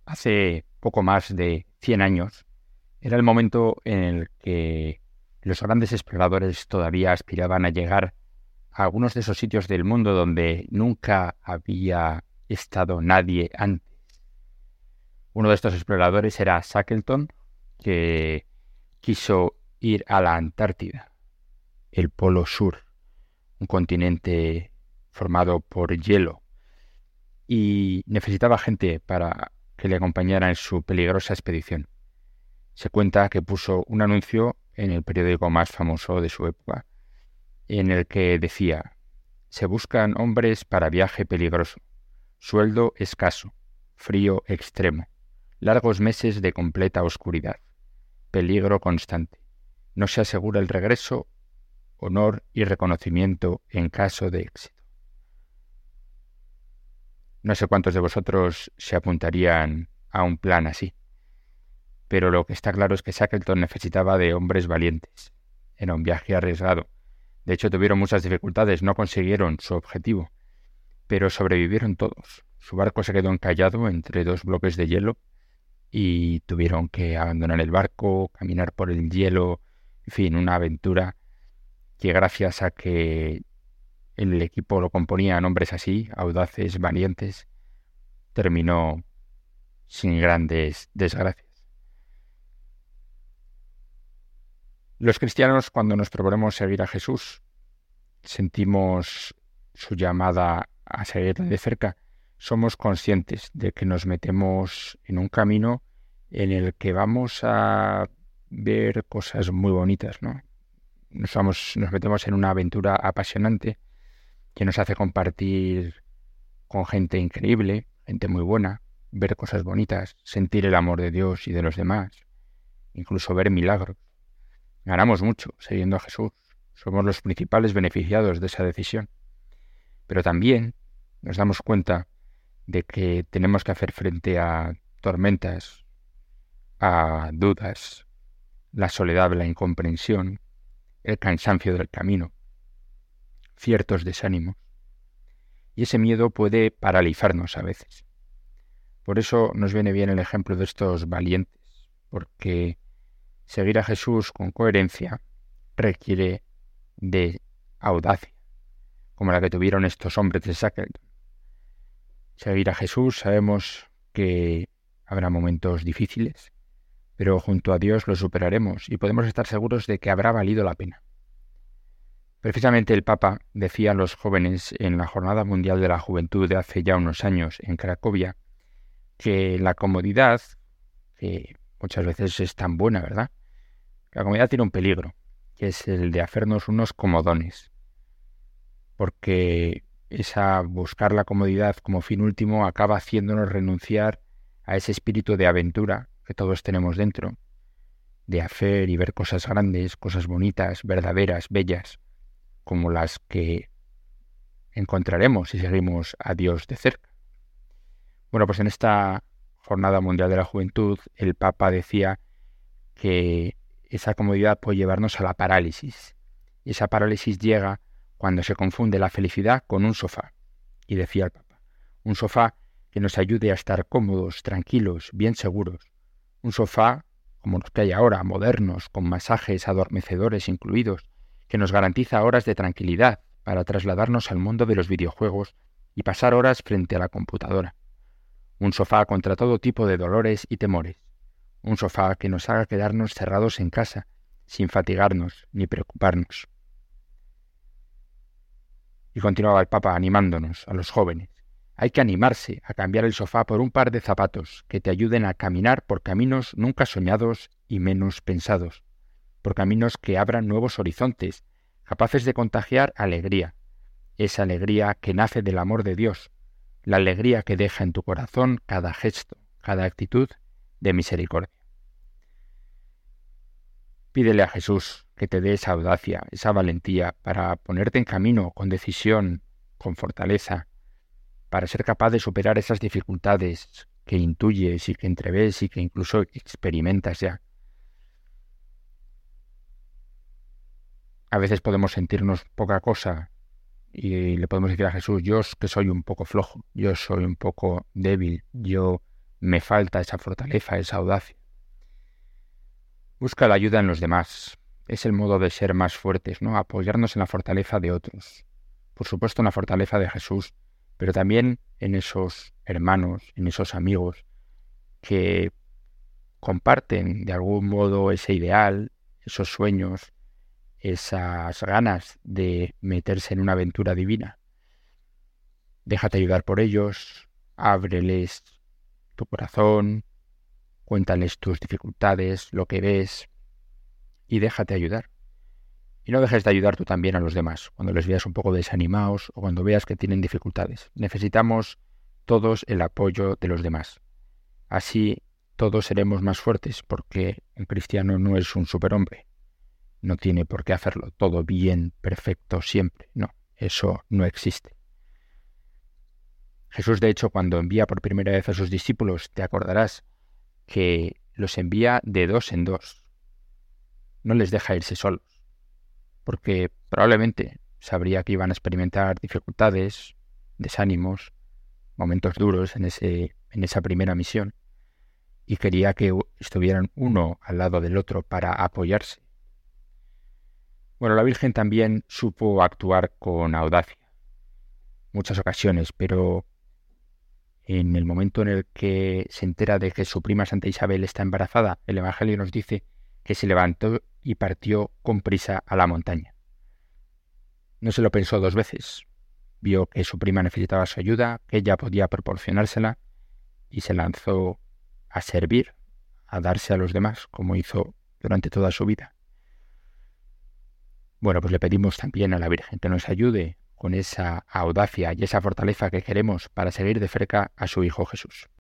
Hace poco más de 100 años era el momento en el que los grandes exploradores todavía aspiraban a llegar a algunos de esos sitios del mundo donde nunca había estado nadie antes. Uno de estos exploradores era Shackleton, que quiso ir a la Antártida, el Polo Sur, un continente formado por hielo, y necesitaba gente para que le acompañara en su peligrosa expedición. Se cuenta que puso un anuncio en el periódico más famoso de su época, en el que decía: se buscan hombres para viaje peligroso, sueldo escaso, frío extremo, largos meses de completa oscuridad, peligro constante. No se asegura el regreso, honor y reconocimiento en caso de éxito. No sé cuántos de vosotros se apuntarían a un plan así, pero lo que está claro es que Shackleton necesitaba de hombres valientes. Era un viaje arriesgado. De hecho, tuvieron muchas dificultades, no consiguieron su objetivo, pero sobrevivieron todos. Su barco se quedó encallado entre dos bloques de hielo y tuvieron que abandonar el barco, caminar por el hielo, en fin, una aventura que, gracias a que el equipo lo componían hombres así, audaces, valientes, terminó sin grandes desgracias. Los cristianos, cuando nos proponemos seguir a Jesús, sentimos su llamada a seguirle de cerca, somos conscientes de que nos metemos en un camino en el que vamos a ver cosas muy bonitas, ¿no? Nos metemos en una aventura apasionante que nos hace compartir con gente increíble, gente muy buena, ver cosas bonitas, sentir el amor de Dios y de los demás, incluso ver milagros. Ganamos mucho siguiendo a Jesús. Somos los principales beneficiados de esa decisión. Pero también nos damos cuenta de que tenemos que hacer frente a tormentas, a dudas, la soledad, la incomprensión, el cansancio del camino, ciertos desánimos. Y ese miedo puede paralizarnos a veces. Por eso nos viene bien el ejemplo de estos valientes, porque seguir a Jesús con coherencia requiere de audacia, como la que tuvieron estos hombres de Shackleton. Seguir a Jesús, sabemos que habrá momentos difíciles, pero junto a Dios los superaremos y podemos estar seguros de que habrá valido la pena. Precisamente el Papa decía a los jóvenes en la Jornada Mundial de la Juventud de hace ya unos años en Cracovia que la comodidad, que muchas veces es tan buena, ¿verdad? La comodidad tiene un peligro, que es el de hacernos unos comodones, porque buscar la comodidad como fin último acaba haciéndonos renunciar a ese espíritu de aventura que todos tenemos dentro, de hacer y ver cosas grandes, cosas bonitas, verdaderas, bellas, como las que encontraremos si seguimos a Dios de cerca. Bueno, pues en esta Jornada Mundial de la Juventud, el Papa decía que esa comodidad puede llevarnos a la parálisis. Y esa parálisis llega cuando se confunde la felicidad con un sofá. Y decía el Papa, un sofá que nos ayude a estar cómodos, tranquilos, bien seguros. Un sofá como los que hay ahora, modernos, con masajes adormecedores incluidos, que nos garantiza horas de tranquilidad para trasladarnos al mundo de los videojuegos y pasar horas frente a la computadora. Un sofá contra todo tipo de dolores y temores. Un sofá que nos haga quedarnos cerrados en casa, sin fatigarnos ni preocuparnos. Y continuaba el Papa animándonos, a los jóvenes. Hay que animarse a cambiar el sofá por un par de zapatos que te ayuden a caminar por caminos nunca soñados y menos pensados, por caminos que abran nuevos horizontes, capaces de contagiar alegría, esa alegría que nace del amor de Dios, la alegría que deja en tu corazón cada gesto, cada actitud de misericordia. Pídele a Jesús que te dé esa audacia, esa valentía para ponerte en camino con decisión, con fortaleza, para ser capaz de superar esas dificultades que intuyes y que entreves y que incluso experimentas ya. A veces podemos sentirnos poca cosa y le podemos decir a Jesús, yo que soy un poco flojo, yo soy un poco débil, yo me falta esa fortaleza, esa audacia. Busca la ayuda en los demás. Es el modo de ser más fuertes, ¿no? Apoyarnos en la fortaleza de otros. Por supuesto en la fortaleza de Jesús, pero también en esos hermanos, en esos amigos que comparten de algún modo ese ideal, esos sueños, esas ganas de meterse en una aventura divina. Déjate ayudar por ellos, ábreles tu corazón, cuéntales tus dificultades, lo que ves y déjate ayudar. Y no dejes de ayudar tú también a los demás, cuando les veas un poco desanimados o cuando veas que tienen dificultades. Necesitamos todos el apoyo de los demás. Así todos seremos más fuertes, porque un cristiano no es un superhombre. No tiene por qué hacerlo todo bien, perfecto, siempre. No, eso no existe. Jesús, de hecho, cuando envía por primera vez a sus discípulos, te acordarás que los envía de dos en dos. No les deja irse solos, porque probablemente sabría que iban a experimentar dificultades, desánimos, momentos duros en esa primera misión, y quería que estuvieran uno al lado del otro para apoyarse. Bueno, la Virgen también supo actuar con audacia, muchas ocasiones, pero en el momento en el que se entera de que su prima Santa Isabel está embarazada, el Evangelio nos dice que se levantó y partió con prisa a la montaña. No se lo pensó dos veces. Vio que su prima necesitaba su ayuda, que ella podía proporcionársela, y se lanzó a servir, a darse a los demás, como hizo durante toda su vida. Bueno, pues le pedimos también a la Virgen que nos ayude con esa audacia y esa fortaleza que queremos para seguir de cerca a su Hijo Jesús.